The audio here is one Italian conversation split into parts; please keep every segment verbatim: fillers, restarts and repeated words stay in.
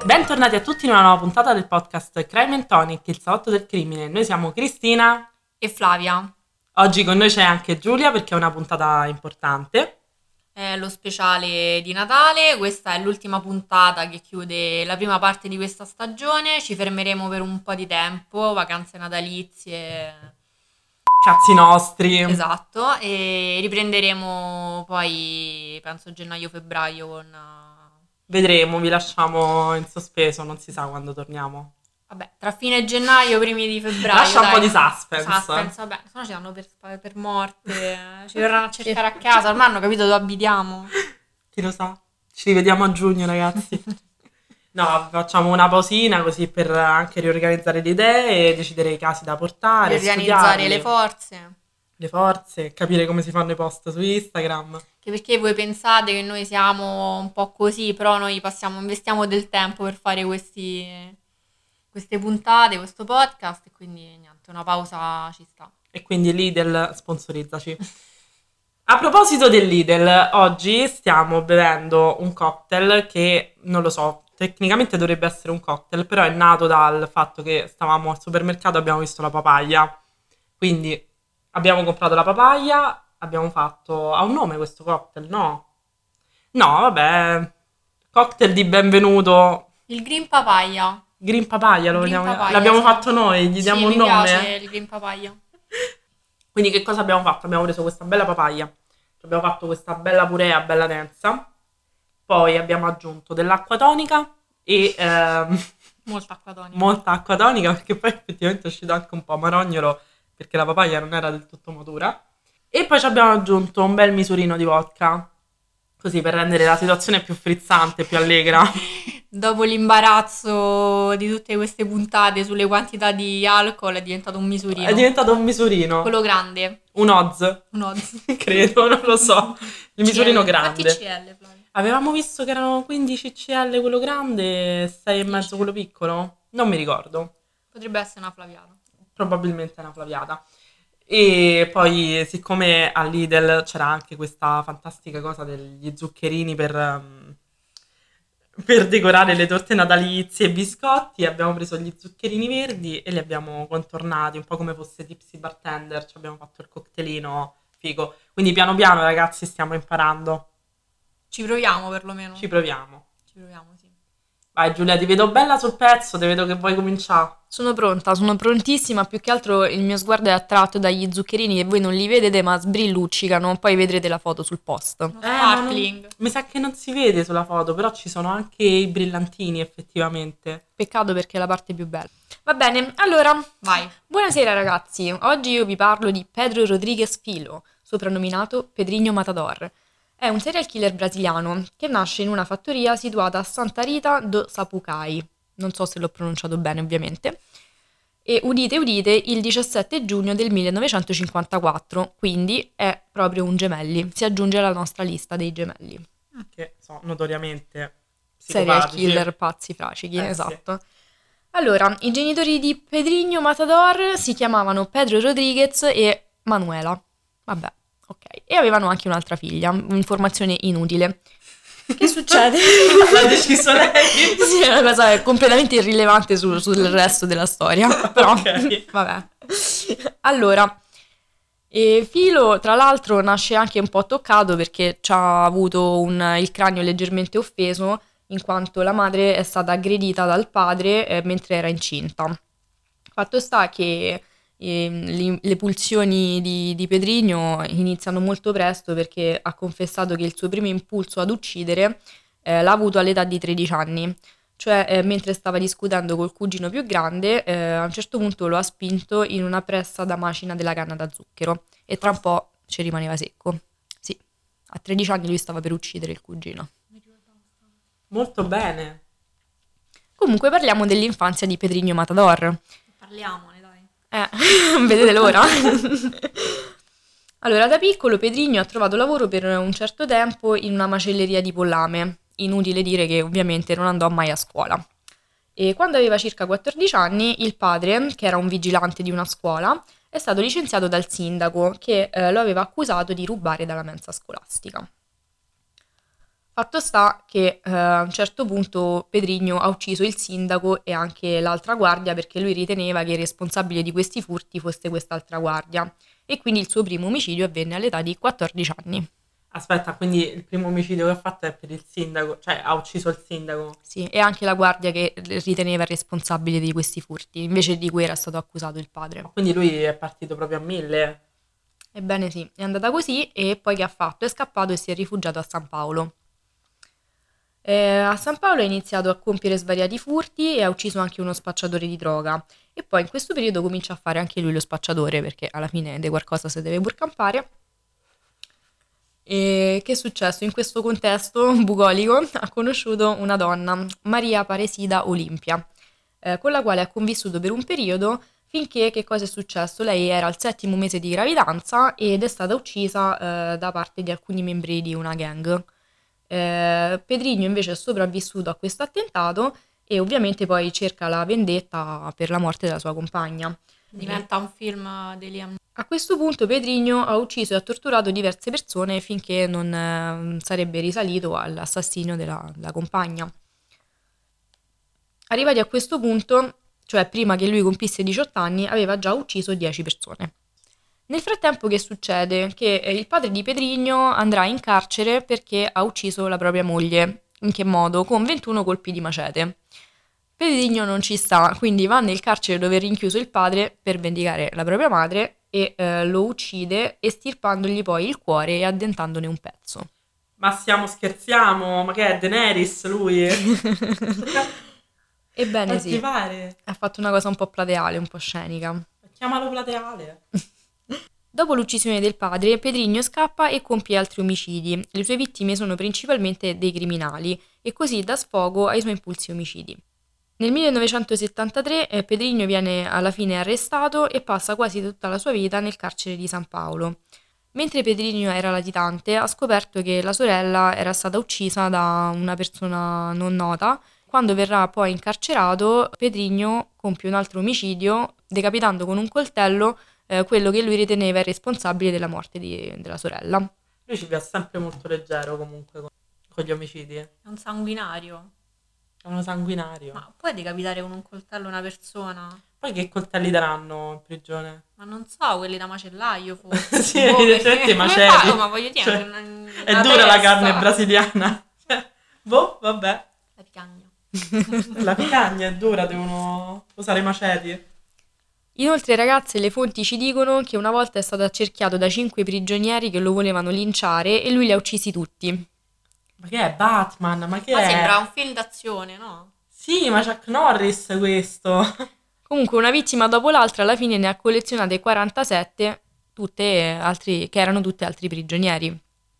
Bentornati a tutti in una nuova puntata del podcast Crime and Tonic, il salotto del crimine. Noi siamo Cristina e Flavia. Oggi con noi c'è anche Giulia perché è una puntata importante. È lo speciale di Natale, questa è l'ultima puntata che chiude la prima parte di questa stagione. Ci fermeremo per un po' di tempo, vacanze natalizie. Cazzi nostri. Esatto, e riprenderemo poi, penso, gennaio-febbraio con... Vedremo, vi lasciamo in sospeso, non si sa quando torniamo. Vabbè, tra fine gennaio, primi di febbraio. Lascia dai. un po' di suspense. Suspense, vabbè, se no ci danno per, per morte, ci verranno a cercare a casa, ormai hanno capito dove abitiamo. Chi lo sa? Ci rivediamo a giugno, ragazzi. No, facciamo una pausina così per anche riorganizzare le idee, decidere i casi da portare, riorganizzare studiarli, le forze. Le forze, capire come si fanno i post su Instagram. Che perché voi pensate che noi siamo un po' così, però noi passiamo, investiamo del tempo per fare questi, queste puntate, questo podcast, e quindi niente, una pausa ci sta. E quindi Lidl, sponsorizzaci. A proposito del Lidl, oggi stiamo bevendo un cocktail che, non lo so, tecnicamente dovrebbe essere un cocktail, però è nato dal fatto che stavamo al supermercato e abbiamo visto la papaya. Quindi abbiamo comprato la papaya, abbiamo fatto... Ha un nome questo cocktail, no? No, vabbè, cocktail di benvenuto. Il Green Papaya. Green Papaya lo Green vogliamo... papaya, L'abbiamo sì. fatto noi, gli Sì, diamo un mi nome? piace il Green Papaya. Quindi che cosa abbiamo fatto? Abbiamo preso questa bella papaya, abbiamo fatto questa bella purea, bella densa, poi abbiamo aggiunto dell'acqua tonica e ehm, Molta acqua tonica. molta acqua tonica, perché poi effettivamente è uscito anche un po' amarognolo perché la papaya non era del tutto matura. E poi ci abbiamo aggiunto un bel misurino di vodka, così per rendere la situazione più frizzante, più allegra. Dopo l'imbarazzo di tutte queste puntate sulle quantità di alcol è diventato un misurino. È diventato un misurino. Quello grande. Un Oz. Un Oz. Credo, non lo so. Il misurino C L. grande. Quanti C L, Flavio? Avevamo visto che erano quindici centilitri quello grande e sei e mezzo quello piccolo. Non mi ricordo. Potrebbe essere una flaviata. Probabilmente è una flaviata. E poi, siccome a Lidl c'era anche questa fantastica cosa degli zuccherini per, um, per decorare le torte natalizie e biscotti, abbiamo preso gli zuccherini verdi e li abbiamo contornati, un po' come fosse Tipsy Bartender, ci abbiamo fatto il cocktailino figo. Quindi piano piano, ragazzi, stiamo imparando. Ci proviamo perlomeno. Ci proviamo. Ci proviamo, sì. Vai Giulia, ti vedo bella sul pezzo, ti vedo che vuoi cominciare. Sono pronta, sono prontissima, più che altro il mio sguardo è attratto dagli zuccherini che voi non li vedete ma sbrilluccicano, poi vedrete la foto sul post. Uno Eh, ma non- sparkling. mi sa che non si vede sulla foto, però ci sono anche i brillantini effettivamente. Peccato perché è la parte più bella. Va bene, allora, Vai. buonasera ragazzi, oggi io vi parlo di Pedro Rodrigues Filo, soprannominato Pedrinho Matador. È un serial killer brasiliano che nasce in una fattoria situata a Santa Rita do Sapucaí, non so se l'ho pronunciato bene ovviamente, e udite udite il diciassette giugno del millenovecentocinquantaquattro, quindi è proprio un gemelli, si aggiunge alla nostra lista dei gemelli. Che sono notoriamente Serial psicopatici. killer pazzi fracichi, Eh, sì. esatto. Allora, i genitori di Pedrinho Matador si chiamavano Pedro Rodriguez e Manuela. Vabbè, ok. E avevano anche un'altra figlia, informazione inutile. Che succede? L'ha deciso lei. Sì, è una cosa completamente irrilevante su- sul resto della storia, però Ok. vabbè. Allora, e Filo tra l'altro nasce anche un po' toccato perché ci ha avuto un- il cranio leggermente offeso in quanto la madre è stata aggredita dal padre eh, mentre era incinta. Fatto sta che ehm, li- le pulsioni di, di Pedrinho iniziano molto presto perché ha confessato che il suo primo impulso ad uccidere eh, l'ha avuto all'età di tredici anni. Cioè, eh, mentre stava discutendo col cugino più grande, eh, a un certo punto lo ha spinto in una pressa da macina della canna da zucchero e tra un po' ci rimaneva secco. Sì, a tredici anni lui stava per uccidere il cugino. Molto bene. Comunque parliamo dell'infanzia di Pedrinho Matador. Parliamone, dai. Eh, vedete l'ora? Allora, da piccolo Pedrinho ha trovato lavoro per un certo tempo in una macelleria di pollame. Inutile dire che ovviamente non andò mai a scuola. E quando aveva circa quattordici anni, il padre, che era un vigilante di una scuola, è stato licenziato dal sindaco che eh, lo aveva accusato di rubare dalla mensa scolastica. Fatto sta che eh, a un certo punto Pedrigno ha ucciso il sindaco e anche l'altra guardia perché lui riteneva che il responsabile di questi furti fosse quest'altra guardia e quindi il suo primo omicidio avvenne all'età di quattordici anni. Aspetta, quindi il primo omicidio che ha fatto è per il sindaco, cioè ha ucciso il sindaco. Sì, e anche la guardia che riteneva il responsabile di questi furti, invece di cui era stato accusato il padre. Quindi lui è partito proprio a mille. Ebbene sì, è andata così e poi che ha fatto? È scappato e si è rifugiato a San Paolo. Eh, a San Paolo ha iniziato a compiere svariati furti e ha ucciso anche uno spacciatore di droga. E poi in questo periodo comincia a fare anche lui lo spacciatore, perché alla fine di qualcosa si deve pur campare. E che è successo? In questo contesto bucolico ha conosciuto una donna, Maria Paresida Olimpia, eh, con la quale ha convissuto per un periodo finché che cosa è successo? Lei era al settimo mese di gravidanza ed è stata uccisa eh, da parte di alcuni membri di una gang. Eh, Pedrigno invece è sopravvissuto a questo attentato e ovviamente poi cerca la vendetta per la morte della sua compagna. Diventa un film di Liam. A questo punto Pedrigno ha ucciso e ha torturato diverse persone finché non eh, sarebbe risalito all'assassinio della, della compagna. Arrivati a questo punto, cioè prima che lui compisse diciotto anni, aveva già ucciso dieci persone. Nel frattempo che succede? Che eh, il padre di Pedrigno andrà in carcere perché ha ucciso la propria moglie. In che modo? Con ventuno colpi di macete. Pedrigno non ci sta, quindi va nel carcere dove è rinchiuso il padre per vendicare la propria madre e eh, lo uccide estirpandogli poi il cuore e addentandone un pezzo. Ma stiamo scherziamo? Ma che è Daenerys lui? Ebbene sì, Attivare. ha fatto una cosa un po' plateale, un po' scenica. Chiamalo plateale. Dopo l'uccisione del padre, Pedrigno scappa e compie altri omicidi. Le sue vittime sono principalmente dei criminali e così dà sfogo ai suoi impulsi omicidi. Nel millenovecentosettantatré eh, Pedrigno viene alla fine arrestato e passa quasi tutta la sua vita nel carcere di San Paolo. Mentre Pedrigno era latitante, ha scoperto che la sorella era stata uccisa da una persona non nota. Quando verrà poi incarcerato, Pedrigno compie un altro omicidio, decapitando con un coltello eh, quello che lui riteneva il responsabile della morte di- della sorella. Lui ci va sempre molto leggero comunque con, con gli omicidi. È È un sanguinario. uno sanguinario. Ma puoi decapitare con un coltello una persona? Poi che coltelli daranno in prigione? Ma non so, quelli da macellaio forse. Sì, Boh, evidentemente perché- i come maceti. fa? Oh, ma voglio dire, Cioè, una- una È dura la testa. carne brasiliana. Boh, vabbè. La picagna. La picagna è dura, devono usare i maceti. Inoltre, ragazze, le fonti ci dicono che una volta è stato accerchiato da cinque prigionieri che lo volevano linciare e lui li ha uccisi tutti. Ma che è Batman? Ma che Ma è? sembra un film d'azione, no? Sì, ma Chuck Norris questo. Comunque, una vittima dopo l'altra, alla fine ne ha collezionate quarantasette, tutte altri, che erano tutte altri prigionieri.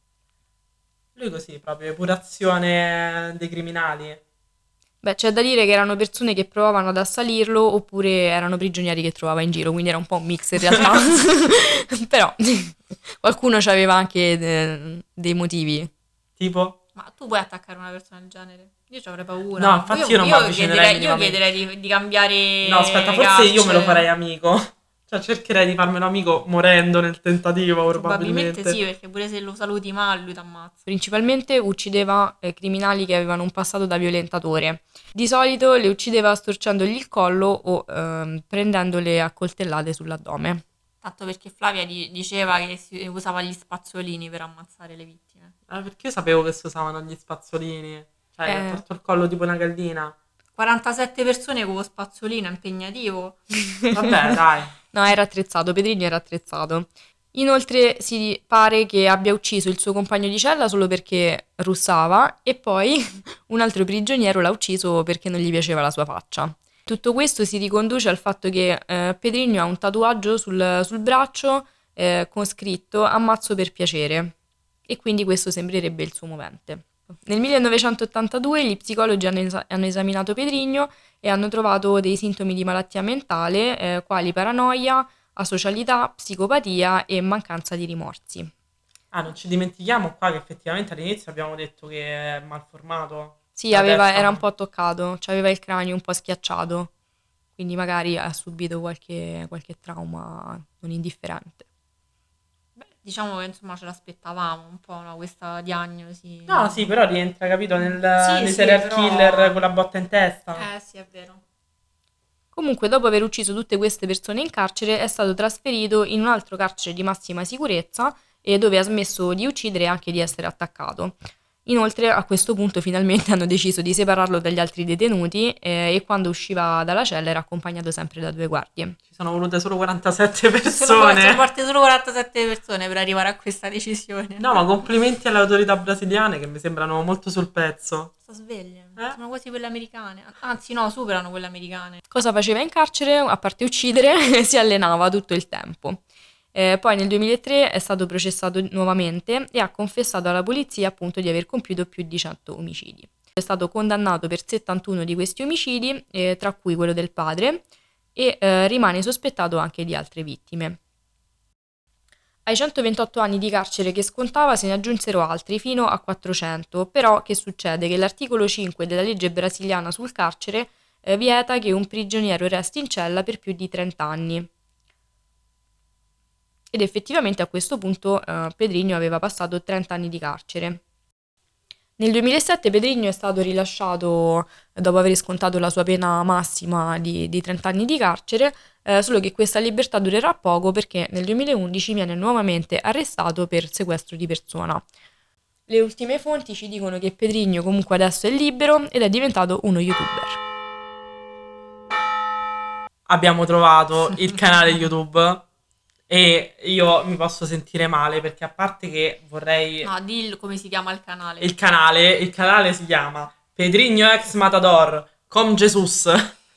Lui così, proprio, epurazione dei criminali. Beh, c'è da dire che erano persone che provavano ad assalirlo oppure erano prigionieri che trovava in giro, quindi era un po' un mix in realtà. Però qualcuno aveva anche de- dei motivi. Tipo? Ma tu puoi attaccare una persona del genere? Io ci avrei paura. No, infatti io non mi avvicinerei chiederei, io minimamente. chiederei di, di cambiare No, aspetta, forse io me lo carcere. farei amico. Cioè, cercherei di farmelo amico morendo nel tentativo, Probabilmente probabilmente. sì, perché pure se lo saluti male lui ti ammazza. Principalmente uccideva eh, criminali che avevano un passato da violentatore. Di solito le uccideva storcendogli il collo o ehm, prendendole a coltellate sull'addome. Tanto perché Flavia di- diceva che si usava gli spazzolini per ammazzare le vittime. Ah, perché io sapevo che si usavano gli spazzolini. Cioè, Eh. ha torto il collo tipo una gallina. quarantasette persone con lo spazzolino è impegnativo. Vabbè, dai. No, era attrezzato, Pedrigno era attrezzato. Inoltre si pare che abbia ucciso il suo compagno di cella solo perché russava e poi un altro prigioniero l'ha ucciso perché non gli piaceva la sua faccia. Tutto questo si riconduce al fatto che eh, Pedrigno ha un tatuaggio sul, sul braccio eh, con scritto "Ammazzo per piacere" e quindi questo sembrerebbe il suo movente. Nel millenovecentottantadue gli psicologi hanno, esa- hanno esaminato Pedrigno e hanno trovato dei sintomi di malattia mentale, eh, quali paranoia, asocialità, psicopatia e mancanza di rimorsi. Ah, non ci dimentichiamo qua che effettivamente all'inizio abbiamo detto che è malformato. Sì, La aveva- testa era un non- po' toccato, cioè aveva il cranio un po' schiacciato, quindi magari ha subito qualche, qualche trauma non indifferente. Beh, Diciamo che insomma ce l'aspettavamo un po', no, questa diagnosi. No, sì, però rientra, capito, nel, Sì, nei sì, serial però- killer con la botta in testa. Eh sì, è vero. Comunque, dopo aver ucciso tutte queste persone in carcere, è stato trasferito in un altro carcere di massima sicurezza e dove ha smesso di uccidere e anche di essere attaccato. Inoltre, a questo punto, finalmente hanno deciso di separarlo dagli altri detenuti eh, e quando usciva dalla cella era accompagnato sempre da due guardie. Ci sono volute solo quarantasette Sono, persone. sono morte solo quarantasette persone per arrivare a questa decisione. No, ma complimenti alle autorità brasiliane che mi sembrano molto sul pezzo. Sto sveglia. Eh? Sono quasi quelle americane. Anzi, no, superano quelle americane. Cosa faceva in carcere? A parte uccidere, si allenava tutto il tempo. Eh, poi nel duemilatré è stato processato nuovamente e ha confessato alla polizia appunto di aver compiuto più di cento omicidi. È stato condannato per settantuno di questi omicidi, eh, tra cui quello del padre, e eh, rimane sospettato anche di altre vittime. Ai centoventotto anni di carcere che scontava se ne aggiunsero altri, fino a quattrocento, però che succede? Che l'articolo cinque della legge brasiliana sul carcere eh, vieta che un prigioniero resti in cella per più di trenta anni. Ed effettivamente a questo punto eh, Pedrinho aveva passato trenta anni di carcere. Nel duemilasette Pedrinho è stato rilasciato eh, dopo aver scontato la sua pena massima di, di trenta anni di carcere, eh, solo che questa libertà durerà poco perché nel duemilaundici viene nuovamente arrestato per sequestro di persona. Le ultime fonti ci dicono che Pedrinho comunque adesso è libero ed è diventato uno youtuber. Abbiamo trovato il canale YouTube e io mi posso sentire male perché a parte che vorrei... No, dillo come si chiama il canale. Il canale, il canale si chiama Pedrinho ex Matador com Jesus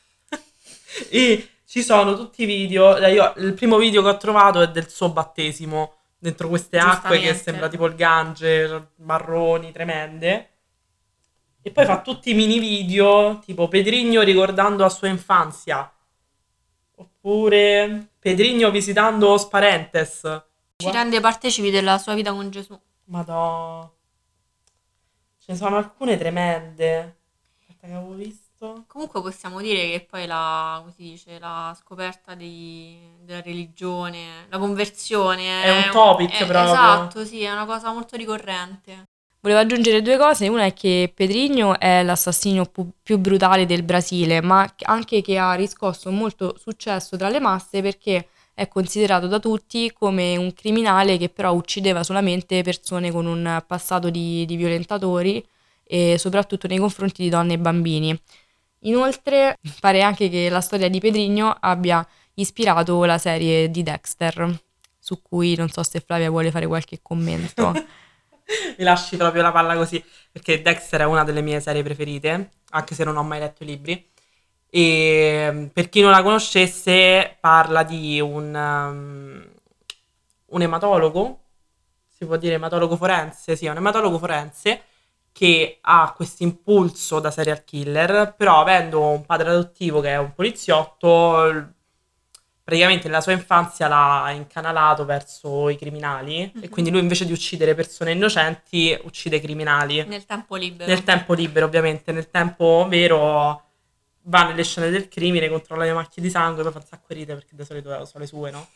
e ci sono tutti i video. Io, il primo video che ho trovato è del suo battesimo dentro queste acque che Giustamente. sembra tipo il Gange, marroni, tremende. E poi fa tutti i mini video tipo Pedrinho ricordando la sua infanzia oppure Pedrinho visitando Os Parentes. Ci rende partecipi della sua vita con Gesù. Madò. Ce ne sono alcune tremende. Aspetta che avevo visto. Comunque possiamo dire che poi la, come si dice, la scoperta di- della religione, la conversione È un topic è- proprio. Esatto, sì, è una cosa molto ricorrente. Volevo aggiungere due cose, una è che Pedrinho è l'assassino pu- più brutale del Brasile, ma anche che ha riscosso molto successo tra le masse perché è considerato da tutti come un criminale che però uccideva solamente persone con un passato di, di violentatori e soprattutto nei confronti di donne e bambini. Inoltre pare anche che la storia di Pedrinho abbia ispirato la serie di Dexter, su cui non so se Flavia vuole fare qualche commento. Mi lasci proprio la palla così, perché Dexter è una delle mie serie preferite, anche se non ho mai letto i libri. E per chi non la conoscesse, parla di un, um, un ematologo, si può dire ematologo forense, sì, è un ematologo forense che ha questo impulso da serial killer, però avendo un padre adottivo che è un poliziotto, praticamente nella sua infanzia l'ha incanalato verso i criminali e quindi lui invece di uccidere persone innocenti uccide criminali. Nel tempo libero. Nel tempo libero, ovviamente, nel tempo vero va nelle scene del crimine, controlla le macchie di sangue, poi fa un sacco di ride perché di solito sono le sue, no?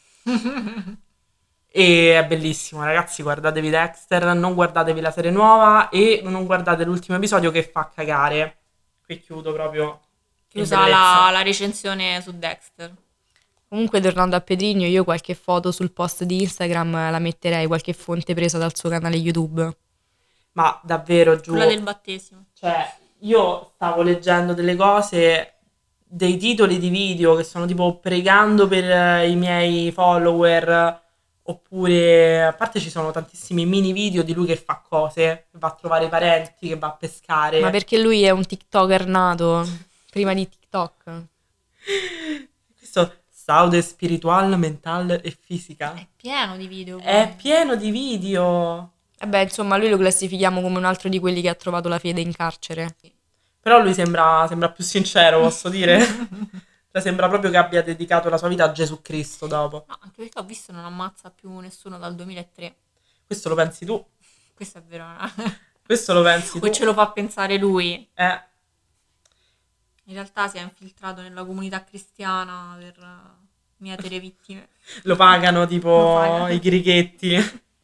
E è bellissimo, ragazzi, guardatevi Dexter, non guardatevi la serie nuova e non guardate l'ultimo episodio che fa cagare. Qui chiudo proprio. Che Usa bellezza. la, la recensione su Dexter. Comunque, tornando a Pedrinho, io qualche foto sul post di Instagram la metterei, qualche fonte presa dal suo canale YouTube. Ma davvero, giù. Quella del battesimo. Cioè, io stavo leggendo delle cose, dei titoli di video che sono tipo pregando per eh, i miei follower, oppure, a parte ci sono tantissimi mini video di lui che fa cose, che va a trovare i parenti, che va a pescare. Ma perché lui è un TikToker nato prima di TikTok? Questo salute spiritual, mental e fisica. È pieno di video. È poi. pieno di video. E beh, insomma, lui lo classifichiamo come un altro di quelli che ha trovato la fede in carcere. Però lui sembra, sembra più sincero, posso dire. Cioè, sembra proprio che abbia dedicato la sua vita a Gesù Cristo dopo. No, anche perché ho visto non ammazza più nessuno dal duemilatré. Questo lo pensi tu? Questo è vero. No? Questo lo pensi tu? O ce lo fa pensare lui. Eh, In realtà si è infiltrato nella comunità cristiana per eh, mietere vittime. lo pagano tipo Lo pagano. i chirichetti.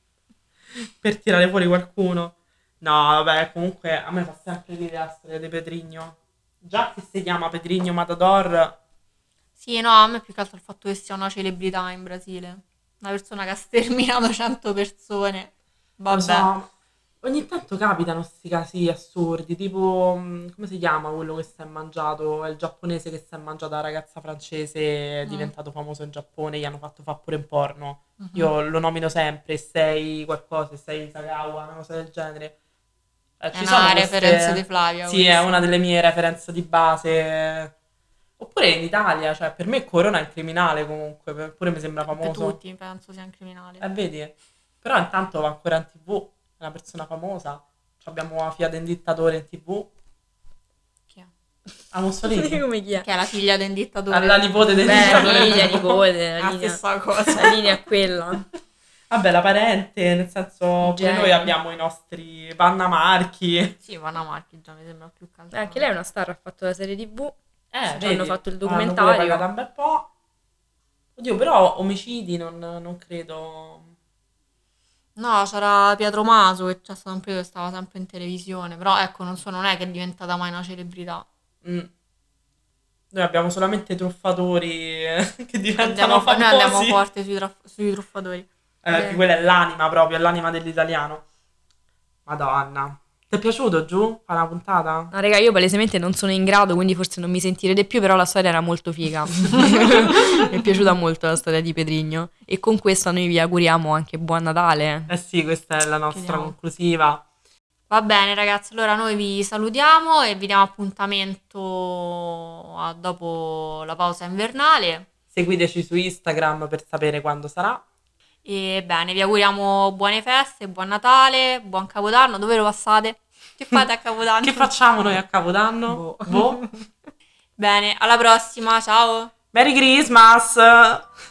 per tirare fuori qualcuno. No, vabbè, comunque a me fa sempre ridere la storia di Pedrigno. Già che si chiama Pedrigno Matador, Sì, no, a me più che altro il fatto che sia una celebrità in Brasile. Una persona che ha sterminato cento persone. lo Vabbè. so, ogni tanto capitano questi casi assurdi, tipo, mh, come si chiama quello che si è mangiato, è il giapponese che si è mangiato la ragazza francese, è Mm. diventato famoso in Giappone, gli hanno fatto fare pure in porno. Mhm. Io lo nomino sempre, sei qualcosa, sei Sagawa, una cosa del genere. Eh, È ci una sono referenza queste... di Flavia. Sì, è questa. una delle mie referenze di base. Oppure in Italia, cioè per me Corona è un criminale comunque, per- pure mi sembra Per famoso. tutti, penso sia un criminale. Eh, vedi? Però intanto va ancora in tv, è una persona famosa. Ci abbiamo la figlia del dittatore in tv, Chi è? a Mussolini. Come chi è? Che è la figlia del dittatore. Alla nipote del Beh, dittatore. figlia, nipote, È la la linea, stessa cosa. la linea è quella. Vabbè, la parente, nel senso, pure Genio. noi abbiamo i nostri Vanna Marchi. Sì, Vanna Marchi già mi sembra più Eh, calzante. anche lei è una star, ha fatto la serie tivù. Eh, Ci vedi? hanno fatto il Hanno pure documentario. pagato un bel po'. Oddio, però omicidi non, non credo. No, c'era Pietro Maso che c'è stato un periodo che stava sempre in televisione. Però ecco, non so, non è che è diventata mai una celebrità. Mm. Noi abbiamo solamente truffatori eh, che diventano Andiamo, noi andiamo famosi. forte sui, tra- sui truffatori. Eh, che quella è l'anima proprio, è l'anima dell'italiano. Madonna. Ti è piaciuto giù? Fa una puntata? No, raga, io palesemente non sono in grado, quindi forse non mi sentirete più, però la storia era molto figa. Mi è piaciuta molto la storia di Pedrigno. E con questa noi vi auguriamo anche buon Natale. Eh sì, questa è la nostra Chiediamo. conclusiva. Va bene ragazzi, allora noi vi salutiamo e vi diamo appuntamento a dopo la pausa invernale. Seguiteci su Instagram per sapere quando sarà. E bene, vi auguriamo buone feste, buon Natale, buon Capodanno. Dove lo passate? Che fate a Capodanno? Che facciamo noi a Capodanno? Boh. Boh. Bene, alla prossima, ciao! Merry Christmas!